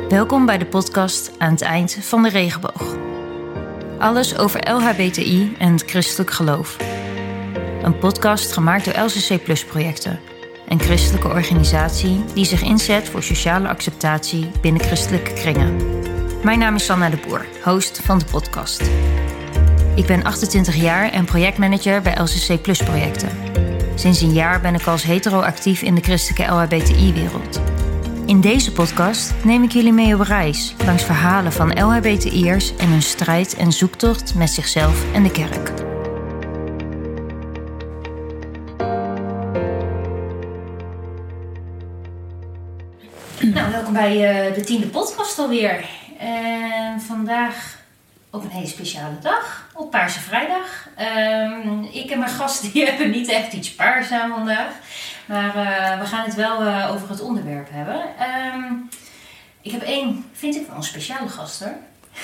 Welkom bij de podcast Aan het eind van de regenboog. Alles over LHBTI en het christelijk geloof. Een podcast gemaakt door LCC Plus projecten. Een christelijke organisatie die zich inzet voor sociale acceptatie binnen christelijke kringen. Mijn naam is Sanna de Boer, host van de podcast. Ik ben 28 jaar en projectmanager bij LCC Plus projecten. Sinds een jaar ben ik als hetero actief in de christelijke LHBTI-wereld. In deze podcast neem ik jullie mee op reis langs verhalen van LHBTI'ers en hun strijd en zoektocht met zichzelf en de kerk. Nou, welkom bij de 10e podcast alweer. En vandaag op een hele speciale dag, op Paarse Vrijdag. Ik en mijn gasten die hebben niet echt iets paars aan vandaag. Maar we gaan het wel over het onderwerp hebben. Ik heb vind ik wel een speciale gast hoor.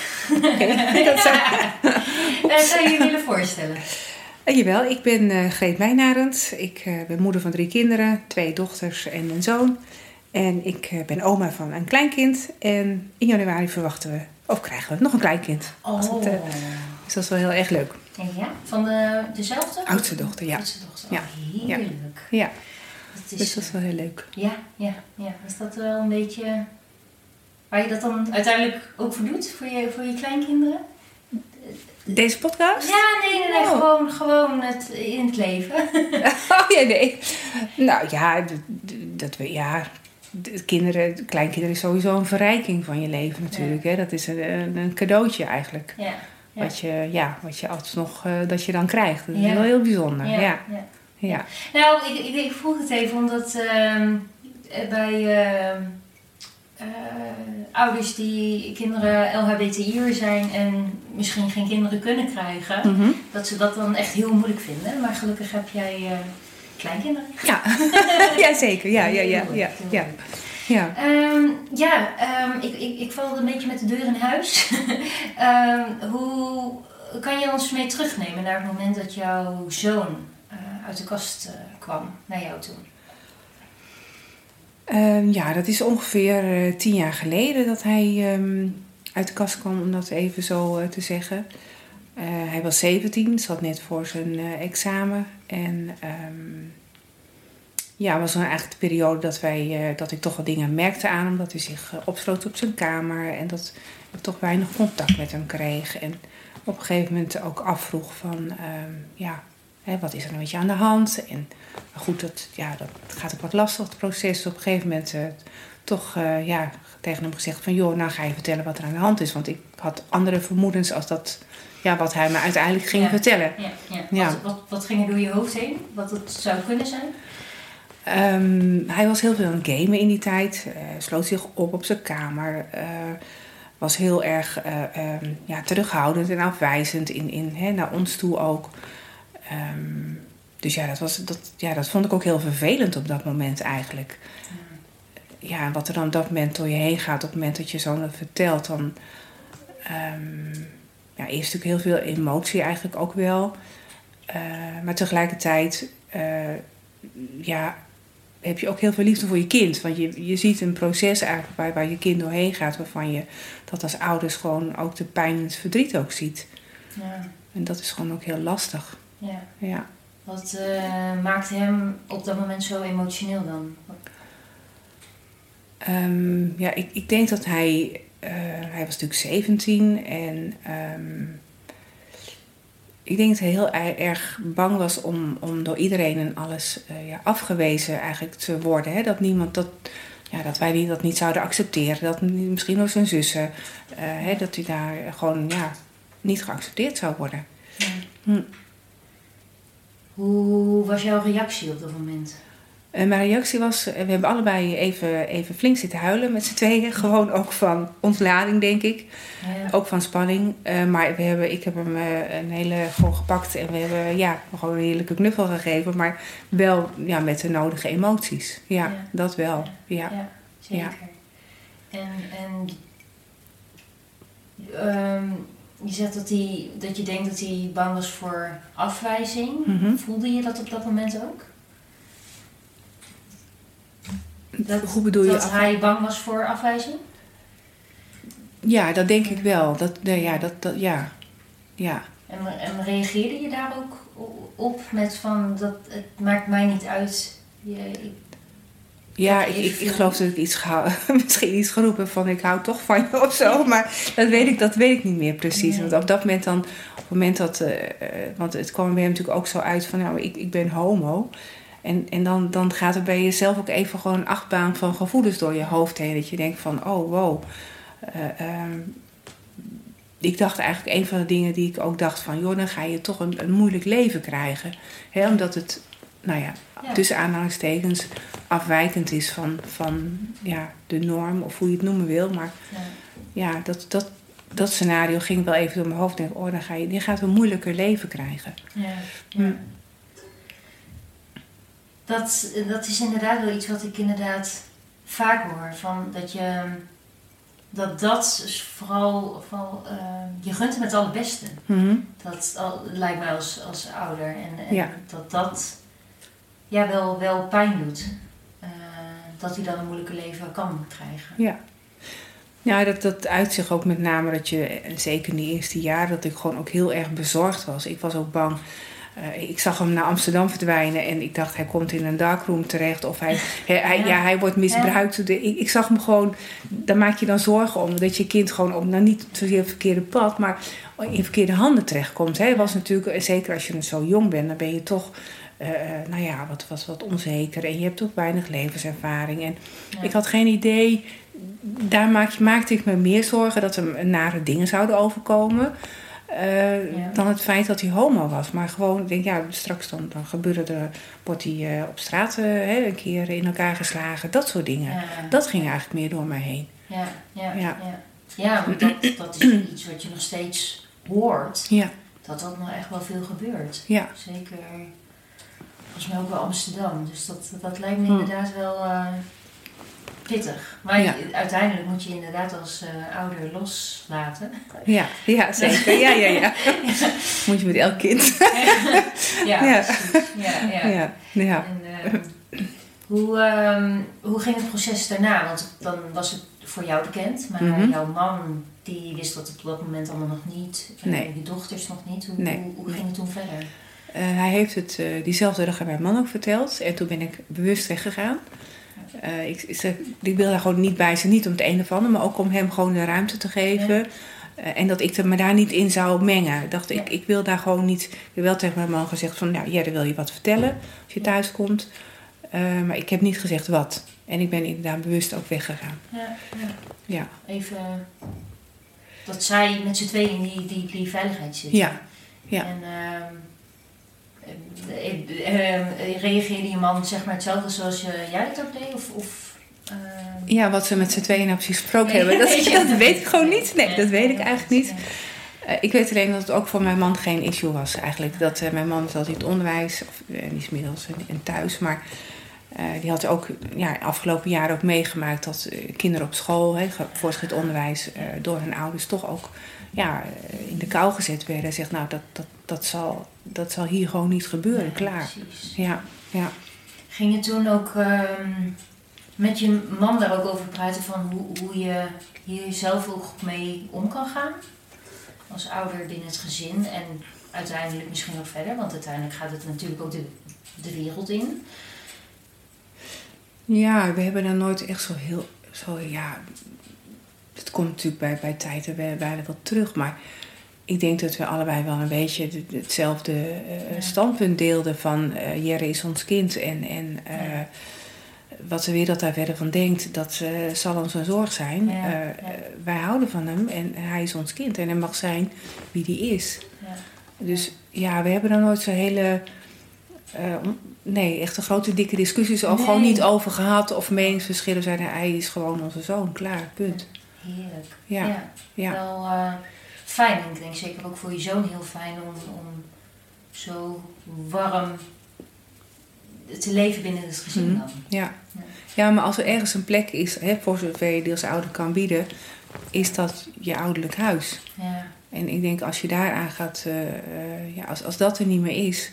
Zou je je willen voorstellen? Jawel, ik ben Greet Wijnarend. Ik ben moeder van 3 kinderen, 2 dochters en een zoon. En ik ben oma van een kleinkind. En in januari krijgen we nog een kleinkind. Dus dat is wel heel erg leuk. Ja, van dezelfde? Oudste dochter, ja. Oudste dochter, ja. Heerlijk. Ja. Dus dat is wel heel leuk. Ja. Is dat wel een beetje waar je dat dan uiteindelijk ook voor doet? Voor je kleinkinderen? Deze podcast? Ja, nee. Gewoon het in het leven. Nee. Nou ja, kleinkinderen is sowieso een verrijking van je leven natuurlijk. Ja. Hè? Dat is een cadeautje eigenlijk. Ja. Wat je altijd nog dat je dan krijgt. Dat is wel heel bijzonder. Ja. Nou, ik vroeg het even omdat bij ouders die kinderen LHBTI'er zijn en misschien geen kinderen kunnen krijgen, dat ze dat dan echt heel moeilijk vinden. Maar gelukkig heb jij kleinkinderen. Ja, Jazeker. Ik val een beetje met de deur in huis. Hoe kan je ons mee terugnemen naar het moment dat jouw zoon uit de kast kwam naar jou toe? Dat is ongeveer 10 jaar geleden dat hij uit de kast kwam, om dat even zo te zeggen. Hij was 17, zat net voor zijn examen. En was dan eigenlijk de periode dat ik toch wat dingen merkte aan hem. Dat hij zich opsloot op zijn kamer en dat ik toch weinig contact met hem kreeg. En op een gegeven moment ook afvroeg van, wat is er nou met je aan de hand? En goed, dat gaat ook wat lastig, het proces. Op een gegeven moment tegen hem gezegd van, joh, nou ga je vertellen wat er aan de hand is. Want ik had andere vermoedens als dat, wat hij me uiteindelijk ging vertellen. Ja. Wat ging er door je hoofd heen? Wat het zou kunnen zijn? Hij was heel veel aan het gamen in die tijd. Sloot zich op zijn kamer. Was heel erg terughoudend en afwijzend naar ons toe ook. Dat vond ik ook heel vervelend op dat moment eigenlijk. Ja, wat er dan op dat moment door je heen gaat, op het moment dat je zo vertelt, dan eerst natuurlijk heel veel emotie eigenlijk ook wel. Maar tegelijkertijd heb je ook heel veel liefde voor je kind. Want je ziet een proces eigenlijk waar je kind doorheen gaat, waarvan je dat als ouders gewoon ook de pijn en het verdriet ook ziet. Ja. En dat is gewoon ook heel lastig. Ja. Wat maakte hem op dat moment zo emotioneel dan? Ik denk dat hij was natuurlijk 17 en ik denk dat hij heel erg bang was om door iedereen en alles afgewezen eigenlijk te worden. Hè? Dat dat wij dat niet zouden accepteren. Dat misschien door zijn zussen, dat hij daar gewoon niet geaccepteerd zou worden. Ja. Hoe was jouw reactie op dat moment? Mijn reactie was, we hebben allebei even flink zitten huilen met z'n tweeën. Gewoon ook van ontlading, denk ik. Ja. Ook van spanning. Maar ik heb hem een hele gewoon gepakt en we hebben gewoon een heerlijke knuffel gegeven. Maar wel met de nodige emoties. Ja. Dat wel. Ja, zeker. Ja. Je zegt dat je denkt dat hij bang was voor afwijzing. Mm-hmm. Voelde je dat op dat moment ook? Hoe bedoel je? Dat hij bang was voor afwijzing? Ja, dat denk ik wel. Ja. En reageerde je daar ook op met van, dat het maakt mij niet uit? Ik geloof dat ik misschien iets geroepen van ik hou toch van je of zo. Maar dat weet ik niet meer precies. Nee. Want op dat moment dan, want het kwam bij hem natuurlijk ook zo uit van nou, ik ben homo. En dan gaat er bij jezelf ook even gewoon een achtbaan van gevoelens door je hoofd heen. Dat je denkt van, oh wow. Ik dacht eigenlijk een van de dingen die ik ook dacht van, joh, dan ga je toch een moeilijk leven krijgen. Hè, omdat het, tussen aanhalingstekens afwijkend is van de norm of hoe je het noemen wil. Maar dat scenario ging wel even door mijn hoofd. Denk, oh, je gaat een moeilijker leven krijgen. Ja. Dat is inderdaad wel iets wat ik inderdaad vaak hoor. Van dat je... Dat is vooral je gunt hem het allerbeste. Mm-hmm. Dat lijkt mij als ouder. En dat wel pijn doet. Dat hij dan een moeilijker leven kan krijgen. Ja. Ja, dat uit zich ook met name dat je, zeker in die eerste jaren, dat ik gewoon ook heel erg bezorgd was. Ik was ook bang. Ik zag hem naar Amsterdam verdwijnen en ik dacht hij komt in een darkroom terecht of hij wordt misbruikt. Ja. Ik zag hem gewoon, daar maak je dan zorgen om, dat je kind gewoon op, nou niet zozeer het verkeerde pad, maar in verkeerde handen terechtkomt. Hij was natuurlijk, zeker als je zo jong bent, dan ben je toch wat onzeker en je hebt ook weinig levenservaring. En ik had geen idee, daar maakte ik me meer zorgen dat er nare dingen zouden overkomen. Dan het feit dat hij homo was. Maar gewoon, ik denk, straks dan wordt hij op straat een keer in elkaar geslagen. Dat soort dingen. Ja. Dat ging eigenlijk meer door mij heen. Ja, want dat is iets wat je nog steeds hoort. Ja. Dat nog echt wel veel gebeurt. Ja. Zeker, volgens mij ook wel Amsterdam. Dus dat lijkt me inderdaad wel... pittig. Maar uiteindelijk moet je inderdaad als ouder loslaten. Ja, zeker. Ja. Moet je met elk kind. Precies. Ja. En, hoe ging het proces daarna? Want dan was het voor jou bekend, maar jouw man die wist dat op dat moment allemaal nog niet. Je dochters nog niet. Hoe ging het toen verder? Hij heeft het diezelfde dag aan mijn man ook verteld. En toen ben ik bewust weggegaan. Ik wil daar gewoon niet bij zijn, niet om het een of ander, maar ook om hem gewoon de ruimte te geven. Ja. En dat ik me daar niet in zou mengen. Ik wil daar gewoon niet. Ik heb wel tegen mijn man gezegd van, dan wil je wat vertellen als je thuis komt. Maar ik heb niet gezegd wat. En ik ben inderdaad bewust ook weggegaan. Ja. Even dat zij met z'n tweeën in die veiligheid zitten. Ja. En reageerde je man zeg maar hetzelfde zoals jij het ook deed? Ja, wat ze met z'n tweeën nou precies gesproken hebben, dat weet ik gewoon niet. Nee, dat weet ik eigenlijk niet. Ik weet alleen dat het ook voor mijn man geen issue was eigenlijk. Dat mijn man zat in het onderwijs, die is inmiddels en thuis, maar die had ook afgelopen jaren ook meegemaakt dat kinderen op school, voortgezet onderwijs, door hun ouders toch ook in de kou gezet werden. En zegt, nou, dat zal hier gewoon niet gebeuren, klaar. Precies. Ja. Ging je toen ook met je man daar ook over praten van hoe je hier zelf ook mee om kan gaan? Als ouder binnen het gezin en uiteindelijk misschien nog verder, want uiteindelijk gaat het natuurlijk ook de wereld in. Ja, we hebben daar nooit echt het komt natuurlijk bij tijden bijna wat terug, maar ik denk dat we allebei wel een beetje hetzelfde standpunt deelden van Jerry is ons kind en wat de wereld daar verder van denkt, dat zal ons een zorg zijn. Wij houden van hem en hij is ons kind en hij mag zijn wie die is. Ja. Dus we hebben daar nooit zo'n hele... echt een grote dikke discussies al gewoon niet over gehad of meningsverschillen zijn. Hij is gewoon onze zoon, klaar, punt. Heerlijk. Ja. Wel fijn, ik denk zeker ook voor je zoon heel fijn om zo warm te leven binnen het gezin dan. Ja, maar als er ergens een plek is, voor zover je die als ouder kan bieden, is dat je ouderlijk huis. Ja. En ik denk als je daaraan gaat, als dat er niet meer is,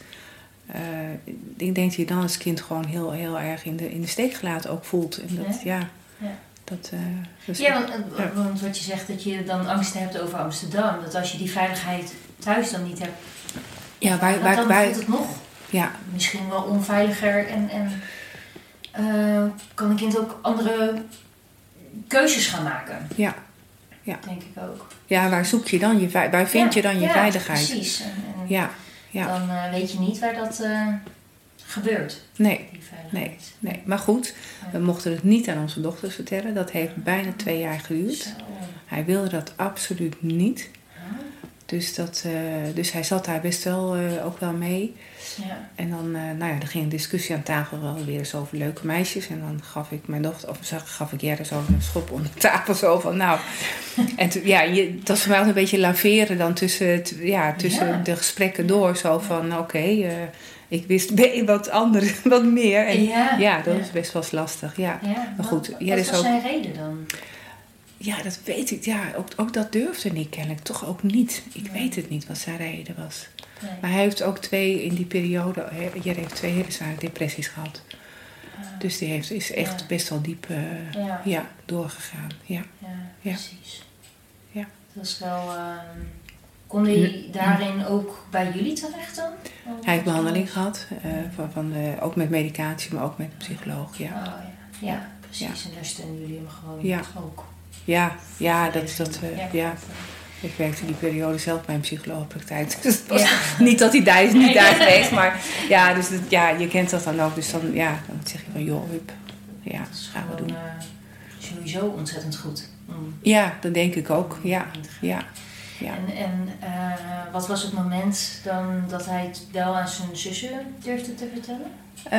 ik denk dat je dan als kind gewoon heel, heel erg in de steek gelaten ook voelt. En dat, Want wat je zegt, dat je dan angst hebt over Amsterdam. Dat als je die veiligheid thuis dan niet hebt... Ja, dan voelt het nog misschien wel onveiliger. En kan een kind ook andere keuzes gaan maken. Ja. Denk ik ook. Ja, waar zoek je dan waar vind je dan je veiligheid? Precies. Dan weet je niet waar dat gebeurt. Nee. Maar goed, we mochten het niet aan onze dochters vertellen. Dat heeft bijna 2 jaar geduurd. Zo. Hij wilde dat absoluut niet. Dus hij zat daar best wel ook wel mee. wat was zijn reden dan? Ja, dat weet ik. Ja, ook dat durfde niet kennelijk. Toch ook niet. Ik weet het niet wat zijn reden was. Nee. Maar hij heeft ook in die periode... Jere heeft 2 hele zware depressies gehad. Dus die is echt best wel diep doorgegaan. Ja, precies. Ja. Dat is wel... kon hij daarin ook bij jullie terecht dan? Hij heeft behandeling gehad. Ook met medicatie, maar ook met een psycholoog. Ja, precies. En daar steunen jullie hem gewoon ook. Ik werkte die periode zelf bij een psycholoogpraktijk. Dus het was niet dat hij daar is niet daar geweest. Maar je kent dat dan ook. Dus dan zeg je van joh, hup. Ja, dat gaan we doen. Sowieso ontzettend goed. Ja, dat denk ik ook. Ja. En wat was het moment dan dat hij het wel aan zijn zusje durfde te vertellen?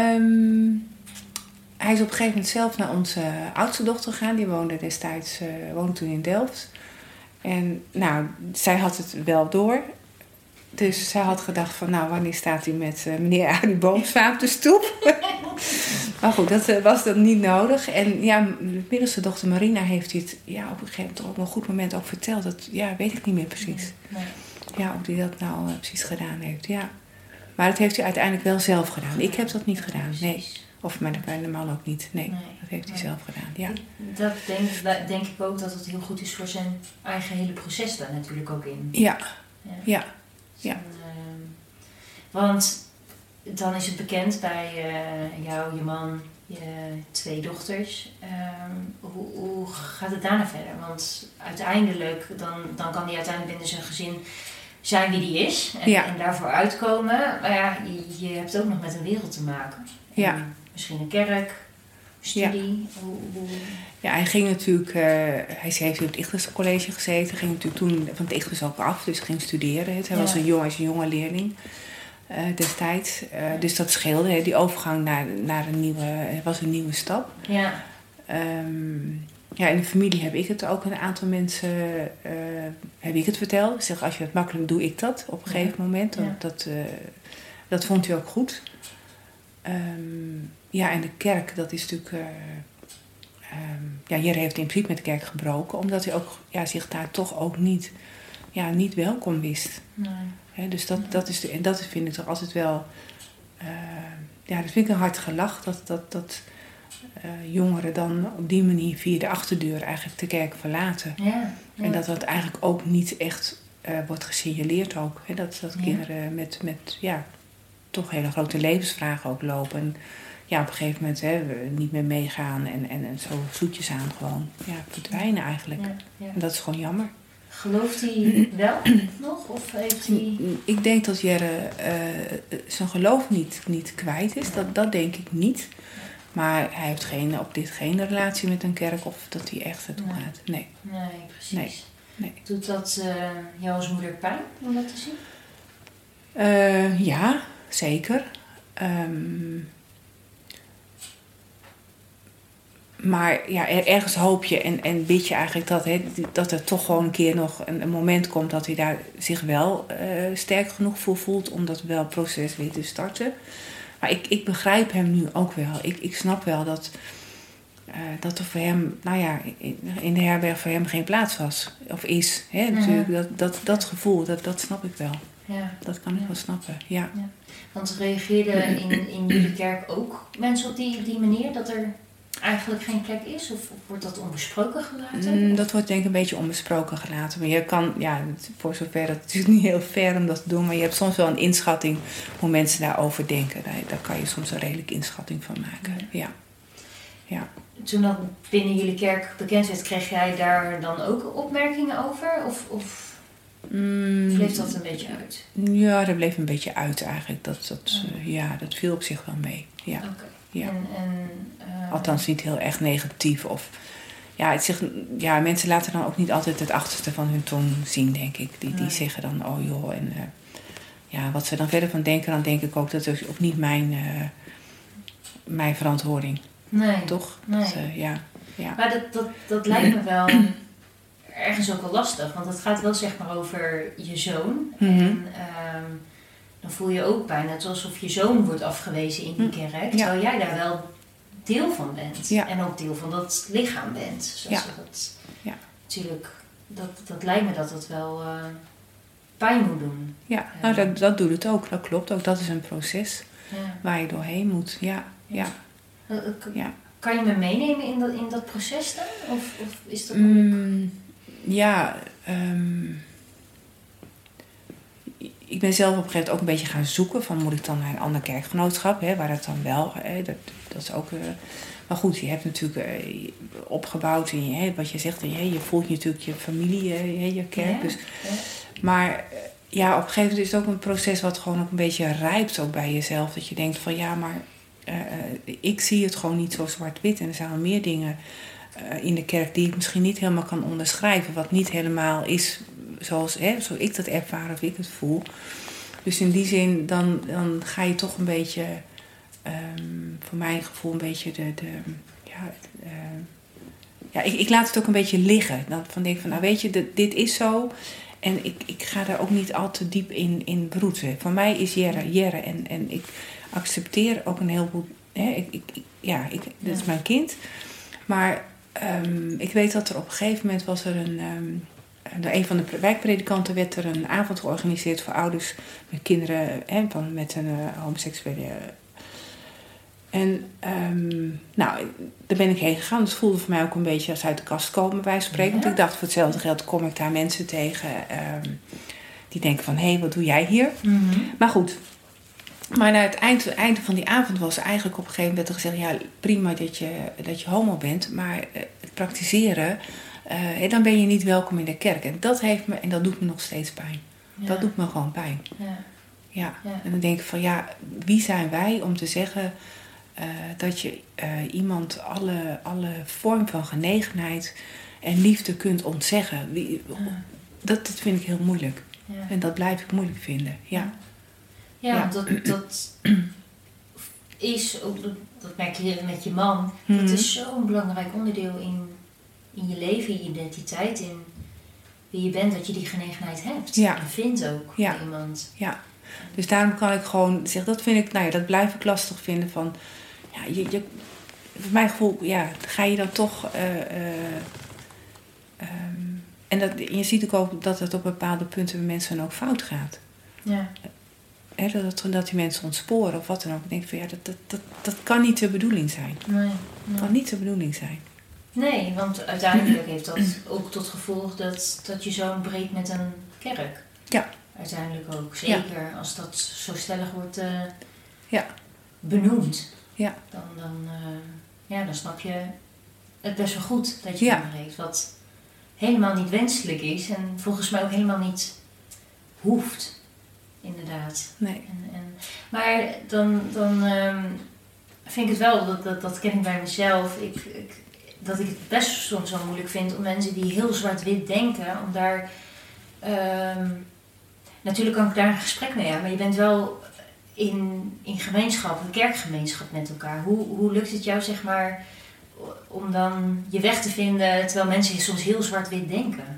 Hij is op een gegeven moment zelf naar onze oudste dochter gegaan. Die woonde toen in Delft. En zij had het wel door. Dus zij had gedacht van wanneer staat hij met meneer Arie Boomsma op de stoep? Maar goed, dat was dan niet nodig. En de middelste dochter Marina heeft hij het op een gegeven moment op een goed moment ook verteld. Dat weet ik niet meer precies. Nee. Ja, of hij dat nou precies gedaan heeft. Ja. Maar dat heeft hij uiteindelijk wel zelf gedaan. Ik heb dat niet gedaan, nee. Of mijn man ook niet. Nee, dat heeft hij zelf gedaan. Ja. Dat denk ik ook dat het heel goed is voor zijn eigen hele proces daar natuurlijk ook in. Ja. Want dan is het bekend bij jou, je man, je 2 dochters. Hoe gaat het daarna verder? Want uiteindelijk, dan kan hij uiteindelijk binnen zijn gezin zijn wie die is. En daarvoor uitkomen. Maar je hebt ook nog met een wereld te maken. En misschien een kerk, studie. Ja, hij ging natuurlijk... hij heeft op het Ichthus College gezeten. Hij ging natuurlijk toen van het Ichthus ook af. Dus ging studeren. Hij was een jonge leerling destijds. Dus dat scheelde. Die overgang naar een nieuwe stap. Ja. In de familie heb ik het ook een aantal mensen... heb ik het verteld. Ik zeg, als je het makkelijk doe ik dat op een gegeven moment. Dat vond hij ook goed. En de kerk, dat is natuurlijk... Jere heeft in principe met de kerk gebroken. Omdat hij ook zich daar toch ook niet welkom wist. Nee. Dus dat vind ik toch altijd wel... dat vind ik een hard gelach. Dat jongeren dan op die manier via de achterdeur eigenlijk de kerk verlaten. Ja. En dat eigenlijk ook niet echt wordt gesignaleerd ook. Dat kinderen met toch hele grote levensvragen ook lopen. En op een gegeven moment niet meer meegaan en zo zoetjes aan gewoon verdwijnen eigenlijk. Ja. En dat is gewoon jammer. Gelooft hij wel nog? Of heeft hij... Ik denk dat Jere zijn geloof niet kwijt is. Dat denk ik niet. Maar hij heeft geen relatie met een kerk of dat hij echt ertoe gaat. Nee, precies. Nee. Doet dat jou als moeder pijn om dat te zien? Ja, zeker. Maar ergens hoop je en bid je eigenlijk dat er toch gewoon een keer nog een moment komt dat hij daar zich wel sterk genoeg voor voelt om dat wel proces weer te starten. Maar ik begrijp hem nu ook wel. Ik snap wel dat er voor hem, in de herberg voor hem geen plaats was. Of is. Natuurlijk, dat gevoel, dat snap ik wel. Ja. Dat kan ik wel snappen, ja. Want reageerden in jullie kerk ook mensen op die manier? Dat er eigenlijk geen plek is? Of wordt dat onbesproken gelaten? Dat wordt denk ik een beetje onbesproken gelaten. Maar je kan, voor zover dat natuurlijk niet heel ver om dat te doen. Maar je hebt soms wel een inschatting hoe mensen daarover denken. Daar kan je soms een redelijke inschatting van maken. Ja. Toen dat binnen jullie kerk bekend werd, kreeg jij daar dan ook opmerkingen over? Of bleef dat een beetje uit? Ja, dat bleef een beetje uit eigenlijk. Dat viel op zich wel mee. Ja. Okay. Ja. Althans niet heel erg negatief. Mensen laten dan ook niet altijd het achterste van hun tong zien, denk ik. Die zeggen dan, oh joh. En wat ze dan verder van denken, dan denk ik ook dat is ook niet mijn verantwoording. Nee. Toch? Nee. Dus, Maar dat lijkt me wel ergens ook wel lastig. Want het gaat wel zeg maar over je zoon. Mm-hmm. En dan voel je ook bijna alsof je zoon wordt afgewezen in die kerk. Terwijl jij daar wel deel van bent. Ja. En ook deel van dat lichaam bent. Natuurlijk, dat lijkt me dat het wel pijn moet doen. Ja, dat doet het ook. Dat klopt ook. Dat is een proces waar je doorheen moet. Ja. Kan je me meenemen in dat proces dan? Of is dat ik ben zelf op een gegeven moment ook een beetje gaan zoeken van moet ik dan naar een ander kerkgenootschap, waar het dan wel, dat is ook, maar goed, je hebt natuurlijk opgebouwd en wat je zegt, je voelt natuurlijk je familie, je kerk, dus, maar op een gegeven moment is het ook een proces wat gewoon ook een beetje rijpt ook bij jezelf, dat je denkt van maar ik zie het gewoon niet zo zwart-wit en er zijn wel meer dingen in de kerk die ik misschien niet helemaal kan onderschrijven, wat niet helemaal is zoals ik dat ervaar of ik het voel. Dus in die zin, dan ga je toch een beetje, voor mijn gevoel, een beetje ik laat het ook een beetje liggen. Dan denk ik van, weet je, dit is zo. En ik ga daar ook niet al te diep in broeden. Voor mij is Jere en ik accepteer ook een heleboel. Dit is mijn kind. Maar ik weet dat er op een gegeven moment was er door een van de wijkpredikanten werd er een avond georganiseerd voor ouders met kinderen met een homoseksuele. En daar ben ik heen gegaan. Het voelde voor mij ook een beetje als uit de kast komen, bij spreken. Want ik dacht, voor hetzelfde geld kom ik daar mensen tegen die denken van, hé, wat doe jij hier? Mm-hmm. Maar goed. Maar na het einde van die avond was eigenlijk op een gegeven moment gezegd, ja, prima dat je homo bent, maar het praktiseren, dan ben je niet welkom in de kerk. En dat heeft me, en dat doet me nog steeds pijn. Ja. Dat doet me gewoon pijn. Ja. En dan denk ik van, wie zijn wij om te zeggen dat je iemand alle vorm van genegenheid en liefde kunt ontzeggen. Dat vind ik heel moeilijk. Ja. En dat blijf ik moeilijk vinden. Ja. Want dat is, ook dat merk je met je man, dat is zo'n belangrijk onderdeel in je leven, je identiteit, in wie je bent, dat je die genegenheid hebt. Ja. En vindt ook bij iemand. Ja, dus daarom kan ik gewoon zeggen, dat vind ik, dat blijf ik lastig vinden van, voor mijn gevoel, ga je dan toch, en je ziet ook dat het op bepaalde punten bij mensen ook fout gaat. Ja. Dat die mensen ontsporen of wat dan ook. Ik denk van dat kan niet de bedoeling zijn. Nee. Dat kan niet de bedoeling zijn. Nee, want uiteindelijk heeft dat ook tot gevolg dat je zoon breekt met een kerk. Ja. Uiteindelijk ook. Zeker als dat zo stellig wordt benoemd. Ja. Dan snap je het best wel goed dat je hem breekt. Wat helemaal niet wenselijk is en volgens mij ook helemaal niet hoeft. Inderdaad. Nee. Maar dan vind ik het wel, dat ken ik bij mezelf, dat ik het best soms wel moeilijk vind om mensen die heel zwart-wit denken, om daar, natuurlijk kan ik daar een gesprek mee aan, maar je bent wel in gemeenschap, een kerkgemeenschap met elkaar. Hoe lukt het jou, zeg maar, om dan je weg te vinden, terwijl mensen soms heel zwart-wit denken?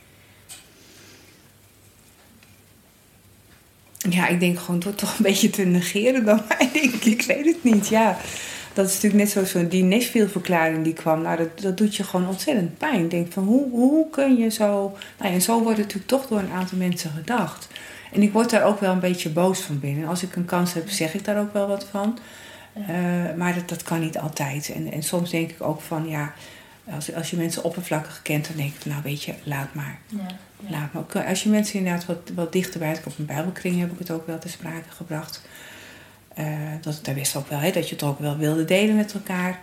Ja, ik denk gewoon door toch een beetje te negeren dan mij. Ik weet het niet, Dat is natuurlijk net zoals die Nashville-verklaring die kwam. Nou, dat doet je gewoon ontzettend pijn. Ik denk van, hoe kun je zo... en zo wordt het natuurlijk toch door een aantal mensen gedacht. En ik word daar ook wel een beetje boos van binnen. Als ik een kans heb, zeg ik daar ook wel wat van. Maar dat kan niet altijd. En soms denk ik ook van, ja, als je mensen oppervlakkig kent, dan denk ik, nou weet je, laat maar. Laat maar. Als je mensen inderdaad wat dichterbij hebt, op een bijbelkring heb ik het ook wel te sprake gebracht. Daar wist ook wel, dat je het ook wel wilde delen met elkaar.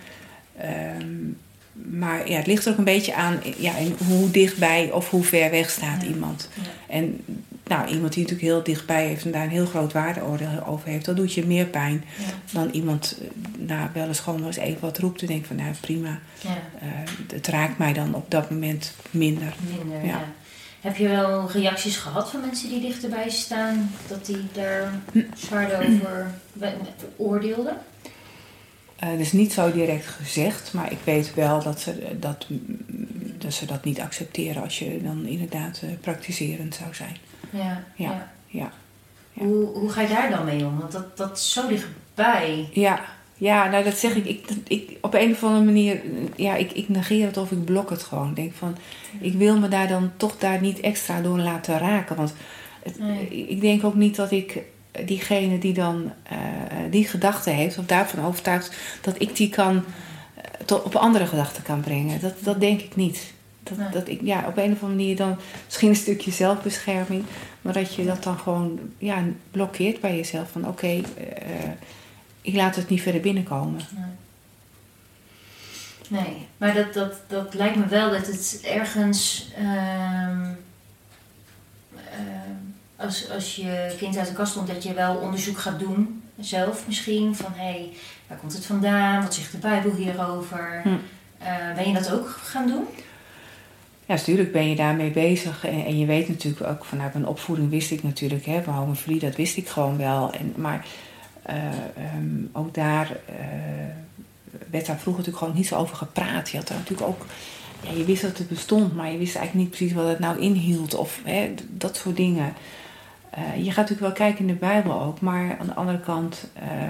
Maar ja, het ligt er ook een beetje aan in hoe dichtbij of hoe ver weg staat iemand. Ja. En nou, iemand die natuurlijk heel dichtbij heeft en daar een heel groot waardeoordeel over heeft, dat doet je meer pijn dan iemand wel eens gewoon eens even wat roept en denkt van nou prima. Ja. Het raakt mij dan op dat moment minder. Ja. Heb je wel reacties gehad van mensen die dichterbij staan, dat die daar zwaarder over oordeelden? Dat is niet zo direct gezegd, maar ik weet wel dat ze dat niet accepteren als je dan inderdaad praktiserend zou zijn. Ja. Hoe ga je daar dan mee om? Want dat is zo dichtbij. Ja, nou dat zeg ik op een of andere manier, ik negeer het of ik blok het gewoon. Ik denk van, ik wil me daar dan toch niet extra door laten raken. Want ik denk ook niet dat ik diegene die dan die gedachte heeft, of daarvan overtuigd dat ik die kan tot op andere gedachten kan brengen. Dat denk ik niet. Dat ik op een of andere manier dan misschien een stukje zelfbescherming, maar dat je dat dan gewoon blokkeert bij jezelf van oké, ik laat het niet verder binnenkomen. Nee, maar dat lijkt me wel dat het ergens als je kind uit de kast komt, dat je wel onderzoek gaat doen, zelf misschien, van waar komt het vandaan, wat zegt de Bijbel hierover? Ben je dat ook gaan doen? Ja, natuurlijk ben je daarmee bezig en je weet natuurlijk ook vanuit mijn opvoeding wist ik natuurlijk, mijn homofilie, dat wist ik gewoon wel. Maar ook daar werd daar vroeger natuurlijk gewoon niet zo over gepraat. Je had daar natuurlijk ook, je wist dat het bestond, maar je wist eigenlijk niet precies wat het nou inhield of dat soort dingen. Je gaat natuurlijk wel kijken in de Bijbel ook, maar aan de andere kant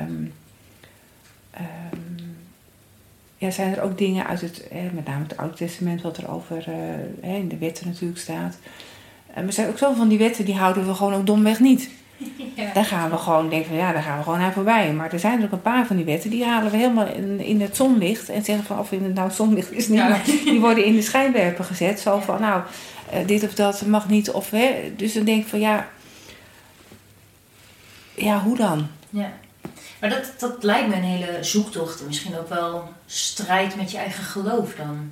zijn er ook dingen uit het, met name het Oude Testament, wat er over in de wetten natuurlijk staat. Maar er zijn ook zoveel van die wetten, die houden we gewoon ook domweg niet. Ja. Daar gaan we gewoon denken van daar gaan we gewoon aan voorbij. Maar er zijn er ook een paar van die wetten, die halen we helemaal in het zonlicht en zeggen van of in het nou zonlicht is niet, maar die worden in de schijnwerper gezet. Zo van dit of dat mag niet of dus dan denk ik van hoe dan? Ja. Maar dat lijkt me een hele zoektocht en misschien ook wel strijd met je eigen geloof dan.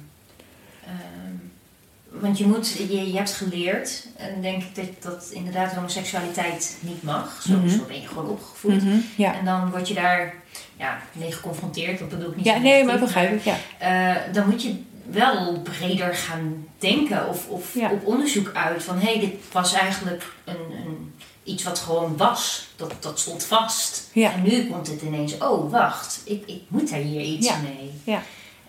Want je hebt geleerd, en denk ik dat inderdaad homoseksualiteit niet mag. Zo ben je gewoon opgevoed. Mm-hmm, ja. En dan word je daar mee geconfronteerd, dat bedoel ik niet. Ja, nee, maar begrijp ik, dan moet je wel breder gaan denken of op onderzoek uit van dit was eigenlijk iets wat gewoon was. Dat stond vast. Ja. En nu komt het ineens, wacht, ik moet daar hier iets mee. Ja.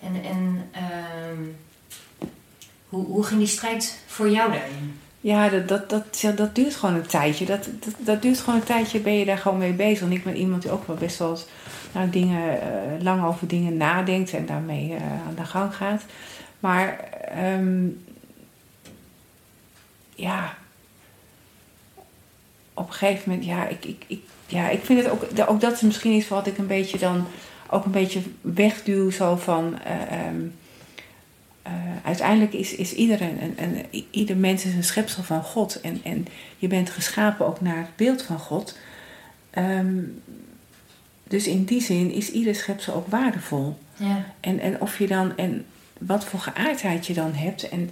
Hoe ging die strijd voor jou daarin? Ja, dat duurt gewoon een tijdje. Dat duurt gewoon een tijdje, ben je daar gewoon mee bezig. En ik ben iemand die ook wel best wel lang over dingen nadenkt en daarmee aan de gang gaat. Maar op een gegeven moment, ik vind het ook dat is misschien iets wat ik een beetje dan ook een beetje wegduw zo van. Uiteindelijk is ieder mens is een schepsel van God. En je bent geschapen ook naar het beeld van God. Dus in die zin is ieder schepsel ook waardevol. Ja. En of je dan, en wat voor geaardheid je dan hebt. En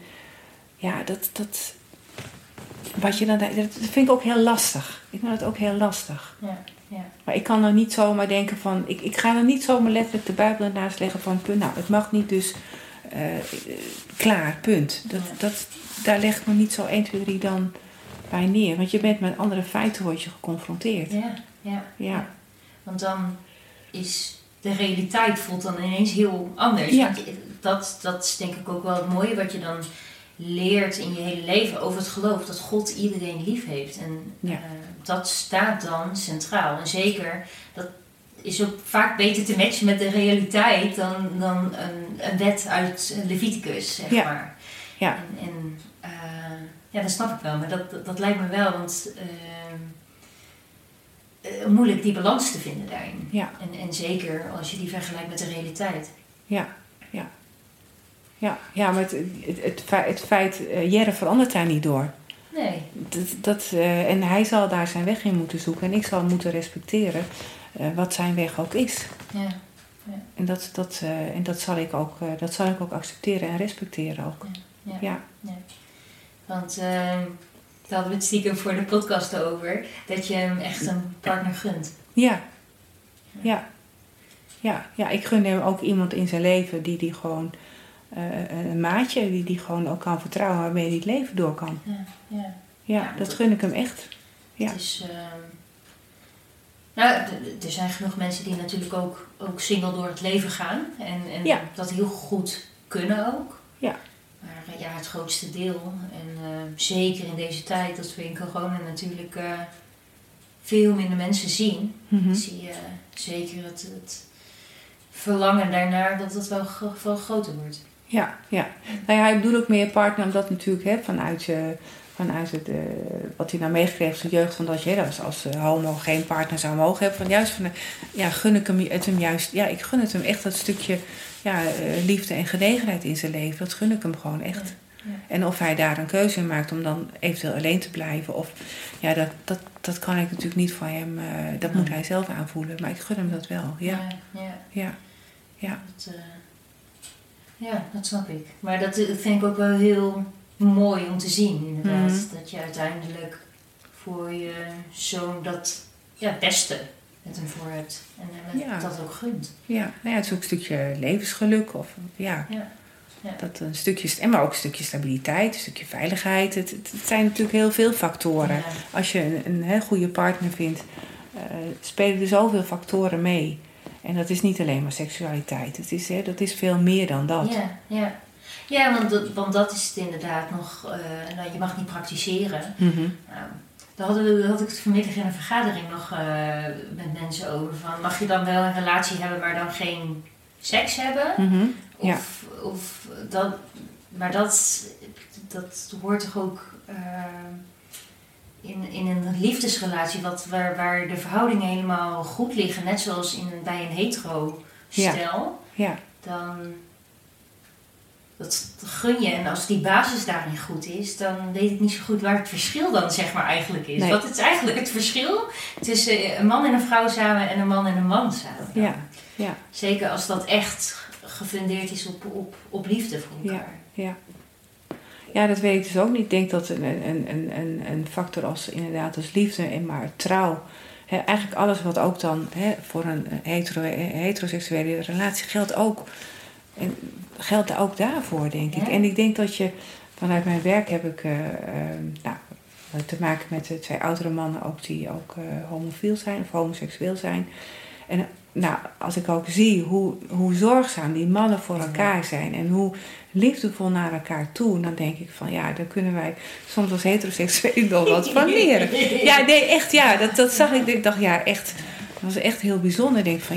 wat je dan, dat vind ik ook heel lastig. Ik vind het ook heel lastig. Ja. Ja. Maar ik kan dan niet zomaar denken van, ik ga dan niet zomaar letterlijk de Bijbel ernaast leggen van, nou, het mag niet, dus klaar, punt. Daar leg ik me niet zo 1, 2, 3 dan bij neer. Want je bent met andere feiten word je geconfronteerd. Ja. Want dan is de realiteit voelt dan ineens heel anders. Ja. Want dat is denk ik ook wel het mooie wat je dan leert in je hele leven over het geloof. Dat God iedereen lief heeft. En dat staat dan centraal. En zeker, dat is ook vaak beter te matchen met de realiteit dan een wet uit Leviticus, zeg maar. Ja. En dat snap ik wel, maar dat lijkt me wel, want moeilijk die balans te vinden daarin. Ja. En zeker als je die vergelijkt met de realiteit. Ja, maar het feit, Jerre verandert daar niet door. Nee. En hij zal daar zijn weg in moeten zoeken. En ik zal moeten respecteren wat zijn weg ook is. Ja. En dat zal ik ook accepteren en respecteren ook. Ja. Want daar hadden we het stiekem voor de podcast over. Dat je hem echt een partner gunt. Ja, ik gun hem ook iemand in zijn leven die gewoon... een maatje die gewoon ook kan vertrouwen, waarmee hij het leven door kan. Ja, dat gun ik hem echt. Ja. Het is, er zijn genoeg mensen die natuurlijk ook single door het leven gaan. En dat heel goed kunnen ook. Ja. Maar het grootste deel, en zeker in deze tijd dat we in corona natuurlijk veel minder mensen zien, zie je zeker het verlangen daarnaar dat het wel groter wordt. Ja. Nou ja, ik bedoel ook meer partner, omdat natuurlijk vanuit het, wat hij nou meegekregen heeft zijn jeugd, van dat je als homo geen partner zou mogen hebben. Gun ik hem juist. Ja, ik gun het hem echt dat stukje liefde en genegenheid in zijn leven. Dat gun ik hem gewoon echt. Ja. En of hij daar een keuze in maakt om dan eventueel alleen te blijven. Of dat kan ik natuurlijk niet van hem. Dat moet hij zelf aanvoelen. Maar ik gun hem dat wel. Ja, dat snap ik. Maar dat vind ik ook wel heel mooi om te zien, inderdaad. Dat je uiteindelijk voor je zoon dat beste met hem voor hebt. En dat ook gunt. Ja, het is ook een stukje levensgeluk. Dat een stukje, maar ook een stukje stabiliteit, een stukje veiligheid. Het zijn natuurlijk heel veel factoren. Ja. Als je een goede partner vindt, spelen er zoveel factoren mee. En dat is niet alleen maar seksualiteit. Dat is veel meer dan dat. Ja, want dat is het inderdaad nog. Je mag niet praktiseren. Daar had ik het vanmiddag in een vergadering nog met mensen over. Van, mag je dan wel een relatie hebben, maar dan geen seks hebben? Of dat... Maar dat hoort toch ook... in een liefdesrelatie waar de verhoudingen helemaal goed liggen, net zoals bij een hetero-stel, dan dat gun je. En als die basis daarin goed is, dan weet ik niet zo goed waar het verschil dan zeg maar eigenlijk is. Nee. Wat is eigenlijk het verschil tussen een man en een vrouw samen en een man en een man samen? Ja. Zeker als dat echt gefundeerd is op liefde voor elkaar. Ja, dat weet ik dus ook niet. Ik denk dat een factor als liefde en maar trouw. Eigenlijk alles wat ook dan voor een heteroseksuele relatie geldt daar ook daarvoor, denk ik. En ik denk dat je, vanuit mijn werk heb ik te maken met 2 oudere mannen ook die ook homofiel zijn of homoseksueel zijn. En als ik ook zie hoe zorgzaam die mannen voor elkaar zijn en hoe liefdevol naar elkaar toe, dan denk ik van daar kunnen wij soms als heteroseksueel nog wat van leren. Ja, nee, echt, dat zag ik. Ik dacht, echt, dat was echt heel bijzonder. Ik denk van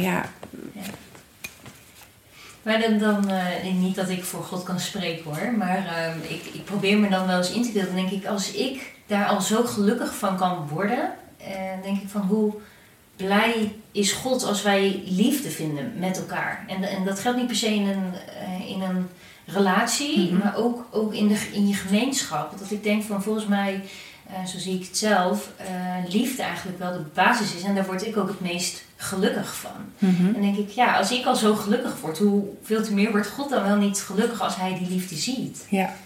Maar dan niet dat ik voor God kan spreken hoor, maar ik probeer me dan wel eens in te beelden. Dan denk ik, als ik daar al zo gelukkig van kan worden, denk ik van hoe blij is God als wij liefde vinden met elkaar. En dat geldt niet per se in een relatie, maar ook in je gemeenschap. Dat ik denk van volgens mij, zo zie ik het zelf, liefde eigenlijk wel de basis is. En daar word ik ook het meest gelukkig van. En denk ik, als ik al zo gelukkig word, hoeveel te meer wordt God dan wel niet gelukkig als hij die liefde ziet. Ja.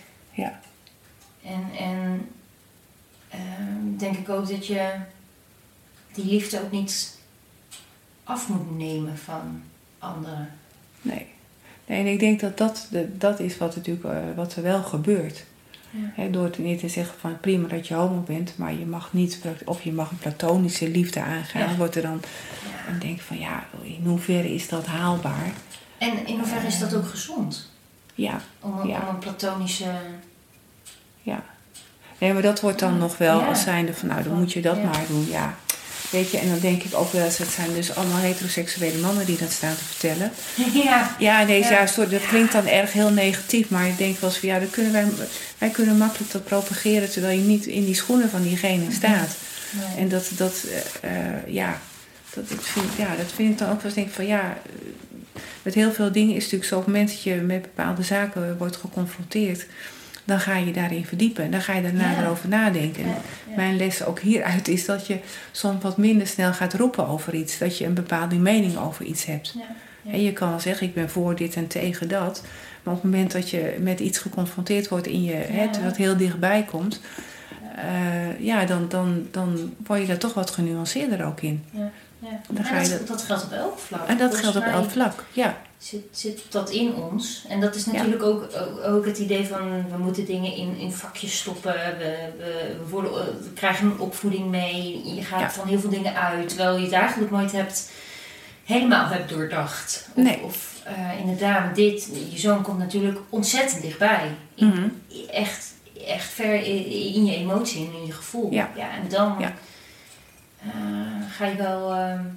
En denk ik ook dat je die liefde ook niet af moet nemen van anderen. Nee, en ik denk dat is wat er wel gebeurt. Ja. Door niet te zeggen van prima dat je homo bent, maar je mag niet, of je mag een platonische liefde aangaan. Wordt er dan en denk van in hoeverre is dat haalbaar? En in hoeverre is dat ook gezond? Om een platonische... Ja. Nee, maar dat wordt dan nog wel als zijnde van dan moet je dat maar doen. Ja. Weet je, en dan denk ik ook wel eens, het zijn dus allemaal heteroseksuele mannen die dat staan te vertellen. Dat klinkt dan erg heel negatief, maar ik denk wel eens van wij kunnen makkelijk dat propageren terwijl je niet in die schoenen van diegene staat. Nee. En dat vind ik dan ook wel eens denk van met heel veel dingen is het natuurlijk zo, op het moment dat je met bepaalde zaken wordt geconfronteerd, dan ga je daarin verdiepen. En dan ga je daarna erover nadenken. En mijn les ook hieruit is dat je soms wat minder snel gaat roepen over iets. Dat je een bepaalde mening over iets hebt. Ja. Ja. En je kan wel zeggen, ik ben voor dit en tegen dat. Maar op het moment dat je met iets geconfronteerd wordt in wat heel dichtbij komt, dan word je daar toch wat genuanceerder ook in. Ja. Ja. Dat geldt op elk vlak. En dat geldt op elk vlak, ja. Zit dat in ons. En dat is natuurlijk ook het idee van, we moeten dingen in vakjes stoppen. We krijgen een opvoeding mee. Je gaat van heel veel dingen uit. Terwijl je het eigenlijk nooit helemaal hebt doordacht. Of inderdaad, je zoon komt natuurlijk ontzettend dichtbij. Echt ver in je emotie en in je gevoel. Ja, en dan ga je wel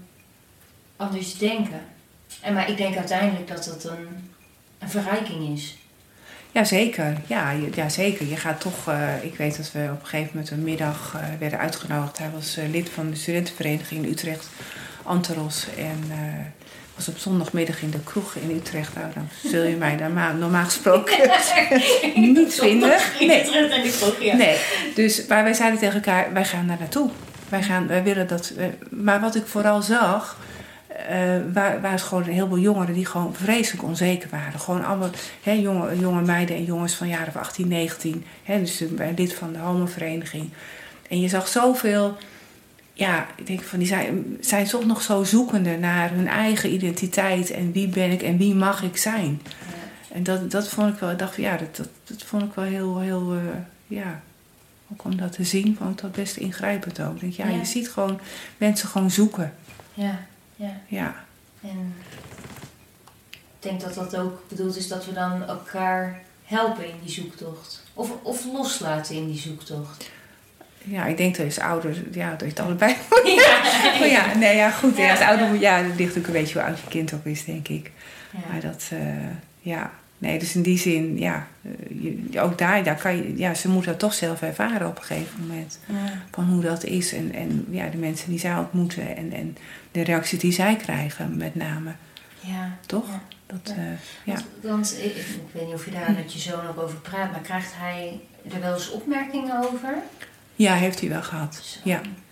anders denken. Maar ik denk uiteindelijk dat het een verrijking is. Jazeker, zeker. Je gaat toch, ik weet dat we op een gegeven moment een middag werden uitgenodigd. Hij was lid van de studentenvereniging in Utrecht, Anteros. En was op zondagmiddag in de kroeg in Utrecht. Nou, dan zul je mij daar normaal gesproken niet vinden. Nee. Dus, maar wij zeiden tegen elkaar, wij gaan daar naartoe. Wij willen dat. Maar wat ik vooral zag, waren gewoon een heleboel jongeren die gewoon vreselijk onzeker waren. Gewoon allemaal jonge meiden en jongens van jaren of 18, 19. Dus lid van de homovereniging. En je zag zoveel. Ja, ik denk van die zijn toch nog zo zoekende naar hun eigen identiteit. En wie ben ik en wie mag ik zijn. Ja. En dat vond ik wel. Ik dacht van dat vond ik wel heel ook om dat te zien, vond ik dat best ingrijpend ook. Ik denk, je ziet gewoon mensen gewoon zoeken. Ja. En ik denk dat dat ook bedoeld is dat we dan elkaar helpen in die zoektocht. Of loslaten in die zoektocht. Ja, ik denk dat je als ouder, dat je het allebei moet. Goed. Als ouder, dat ligt ook een beetje hoe oud je kind ook is, denk ik. Ja. Maar dat, Nee, dus in die zin, ook daar kan je, ze moeten dat toch zelf ervaren op een gegeven moment. Ja. Van hoe dat is en de mensen die zij ontmoeten en de reacties die zij krijgen, met name. Ja. Toch? Ja. Want ik weet niet of je daar met je zoon ook over praat, maar krijgt hij er wel eens opmerkingen over? Ja, heeft hij wel gehad. Zo.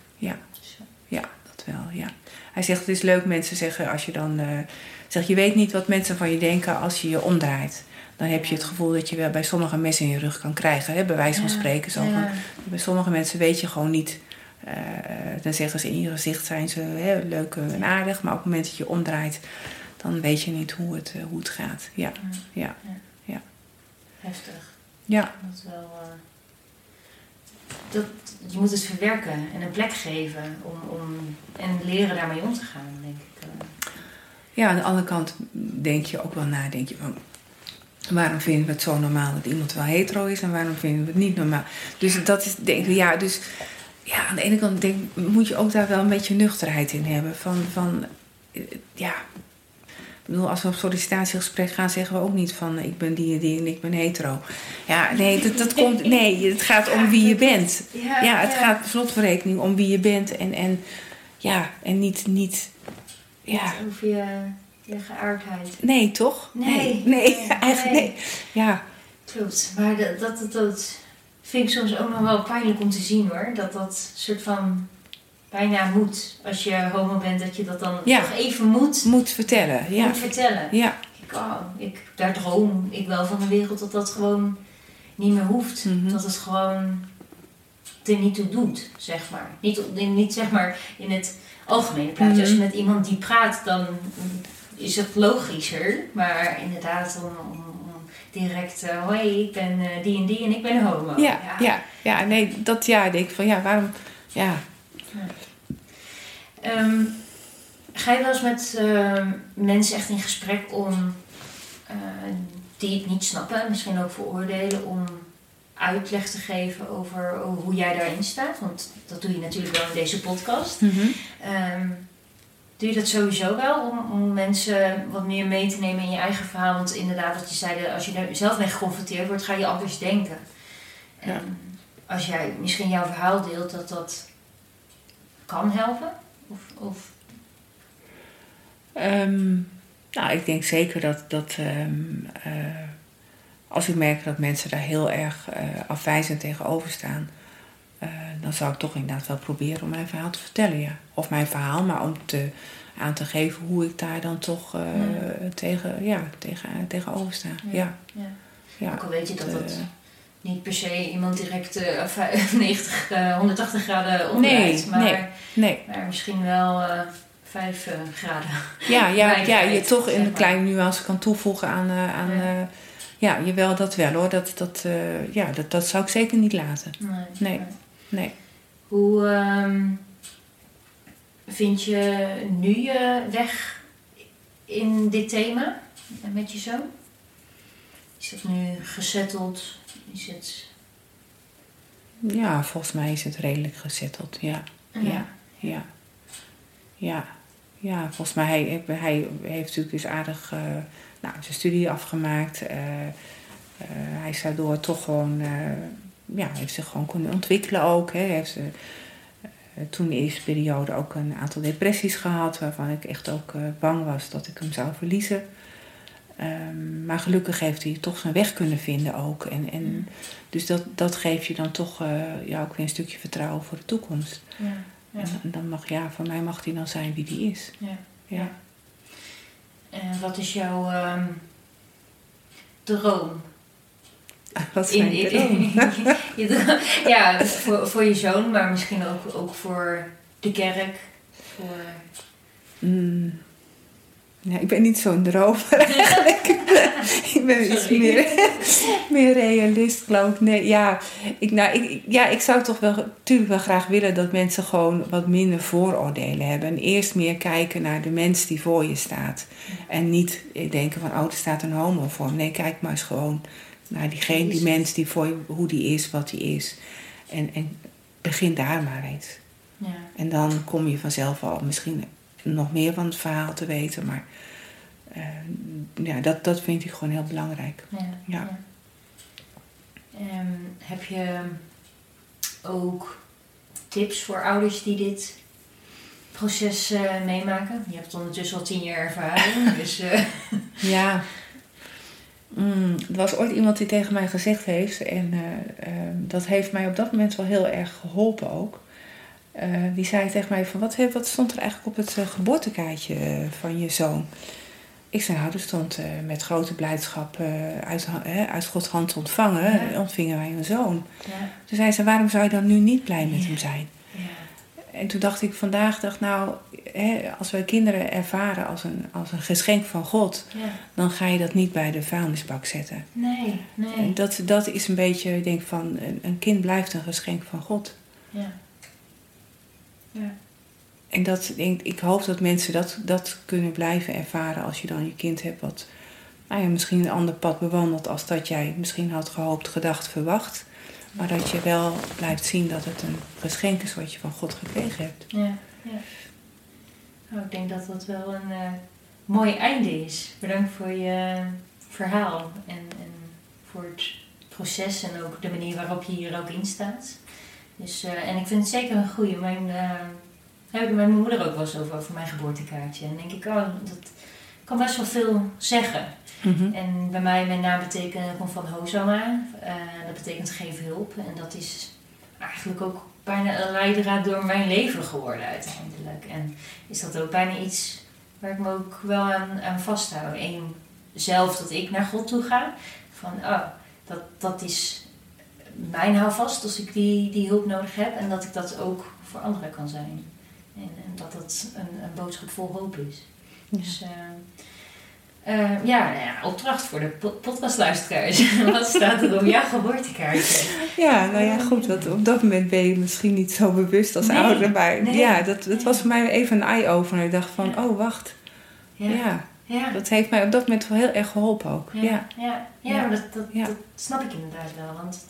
Ja, dat wel, ja. Hij zegt, het is leuk, mensen zeggen, als je dan zegt, je weet niet wat mensen van je denken als je je omdraait. Dan heb je het gevoel dat je wel bij sommige mensen in je rug kan krijgen. Bij wijze van spreken. Zo van, bij sommige mensen weet je gewoon niet. Dan zeggen ze in je gezicht zijn ze leuk en aardig. Maar op het moment dat je omdraait, dan weet je niet hoe het gaat. Ja. Heftig. Ja. Dat wel, je moet het verwerken en een plek geven en leren daarmee om te gaan, denk ik. Ja, aan de andere kant denk je ook wel na. Denk je van, waarom vinden we het zo normaal dat iemand wel hetero is en waarom vinden we het niet normaal? Dus dat is, denk ik, aan de ene kant moet je ook daar wel een beetje nuchterheid in hebben. Ik bedoel, als we op sollicitatiegesprek gaan, zeggen we ook niet van ik ben die en die en ik ben hetero. Ja, nee, dat komt. Nee, het gaat om wie je bent. Het gaat slotverrekening om wie je bent en niet. Ja. Over je geaardheid. Nee, toch? Nee, eigenlijk nee. Ja. Klopt. Maar dat vind ik soms ook nog wel pijnlijk om te zien, hoor. Dat soort van bijna moet. Als je homo bent, dat je dat dan nog even moet vertellen. Ja. Moet vertellen. Ja. Daar droom ik wel van een wereld dat gewoon niet meer hoeft. Mm-hmm. Dat het gewoon er niet toe doet, zeg maar. Niet zeg maar in het algemene plaatje. Mm-hmm. Als je met iemand die praat, dan is het logischer. Maar inderdaad, om direct, hoi, ik ben die en die en ik ben homo. Denk ik van, waarom, ga je wel eens met mensen echt in gesprek die het niet snappen, misschien ook veroordelen, om uitleg te geven over hoe jij daarin staat? Want dat doe je natuurlijk wel in deze podcast. Mm-hmm. Doe je dat sowieso wel om mensen wat meer mee te nemen in je eigen verhaal? Want inderdaad, wat je zei, als je er zelf mee geconfronteerd wordt, ga je anders denken. En als jij misschien jouw verhaal deelt, dat kan helpen? Of? Nou, ik denk zeker dat als ik merk dat mensen daar heel erg afwijzend tegenover staan, dan zou ik toch inderdaad wel proberen om mijn verhaal te vertellen, ja. Of mijn verhaal, maar om aan te geven hoe ik daar dan toch tegenover sta. Ja. Ook al weet je dat het niet per se iemand direct 180 graden omdraait, maar misschien wel 5 graden. Je toch in een kleine nuance kan toevoegen aan jawel, dat wel hoor. Dat zou ik zeker niet laten. Nee. Hoe vind je nu je weg in dit thema met je zoon? Is dat nu gesetteld? Is het... Ja, volgens mij is het redelijk gesetteld. Ja, volgens mij hij heeft natuurlijk dus aardig zijn studie afgemaakt. Hij is daardoor toch gewoon, heeft zich gewoon kunnen ontwikkelen ook. Hè. Hij heeft toen in de eerste periode ook een aantal depressies gehad, waarvan ik echt ook bang was dat ik hem zou verliezen. Maar gelukkig heeft hij toch zijn weg kunnen vinden ook. Dus dat geeft je dan toch ook weer een stukje vertrouwen voor de toekomst. En dan voor mij mag hij dan zijn wie hij is. Ja. En wat is jouw droom? Wat is mijn droom? Ja, voor je zoon, maar misschien ook voor de kerk. Ik ben niet zo'n dromer eigenlijk. Ik ben iets meer realist, geloof ik. Nee, ik zou toch natuurlijk wel graag willen dat mensen gewoon wat minder vooroordelen hebben. En eerst meer kijken naar de mens die voor je staat. En niet denken van, er staat een homo voor me. Nee, kijk maar eens gewoon naar die mens die voor je, hoe die is, wat die is. En begin daar maar eens. Ja. En dan kom je vanzelf al misschien nog meer van het verhaal te weten, maar dat vind ik gewoon heel belangrijk. Ja. Heb je ook tips voor ouders die dit proces meemaken? Je hebt ondertussen al 10 jaar ervaring, dus... Ja. Er was ooit iemand die tegen mij gezegd heeft, en dat heeft mij op dat moment wel heel erg geholpen ook. Die zei tegen mij van, wat stond er eigenlijk op het geboortekaartje van je zoon? Ik zei, er stond met grote blijdschap uit Gods hand ontvangen, ontvingen wij een zoon. Ja. Toen zei ze, waarom zou je dan nu niet blij met hem zijn? Ja. En toen dacht ik als wij kinderen ervaren als een geschenk van God, dan ga je dat niet bij de vuilnisbak zetten. Nee. En dat is een beetje, ik denk van, een kind blijft een geschenk van God. Ja. En ik hoop dat mensen dat kunnen blijven ervaren als je dan je kind hebt wat misschien een ander pad bewandelt als dat jij misschien had gehoopt, gedacht, verwacht. Maar dat je wel blijft zien dat het een geschenk is wat je van God gekregen hebt. Ja. Nou, ik denk dat dat wel een mooi einde is. Bedankt voor je verhaal en voor het proces en ook de manier waarop je hier ook in staat. Dus, en ik vind het zeker een goeie. Heb ik met mijn moeder ook wel eens over mijn geboortekaartje. En denk ik, dat kan best wel veel zeggen. Mm-hmm. En bij mij, mijn naam komt van Hosanna. Dat betekent geef hulp. En dat is eigenlijk ook bijna een leidraad door mijn leven geworden uiteindelijk. En is dat ook bijna iets waar ik me ook wel aan vasthoud. Eén, zelf dat ik naar God toe ga. Van, dat is mijn houvast als ik die hulp nodig heb. En dat ik dat ook voor anderen kan zijn. En dat dat een boodschap vol hoop is. Ja. Dus opdracht voor de podcastluisteraars. Wat staat er op jouw geboortekaartje? Ja, goed. Want op dat moment ben je misschien niet zo bewust als ouder. Maar dat was voor mij even een eye-opener. Ik dacht van, wacht. Ja. Dat heeft mij op dat moment wel heel erg geholpen ook. Maar dat snap ik inderdaad wel. Want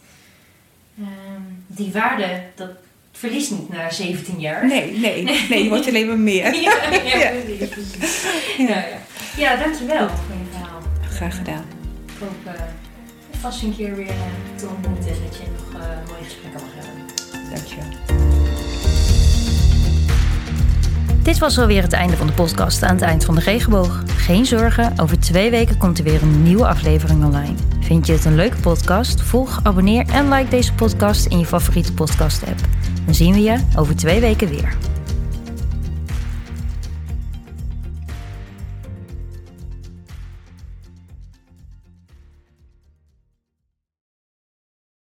die waarde, dat verliest niet na 17 jaar. Nee, je wordt alleen maar meer. Precies. Ja, dankjewel voor je verhaal. Graag gedaan. Ik hoop vast een keer weer te ontmoeten en dat je nog mooie gesprekken mag hebben. Dankjewel. Dit was alweer het einde van de podcast aan het eind van de regenboog. Geen zorgen, over 2 weken komt er weer een nieuwe aflevering online. Vind je het een leuke podcast? Volg, abonneer en like deze podcast in je favoriete podcast app. Dan zien we je over 2 weken weer.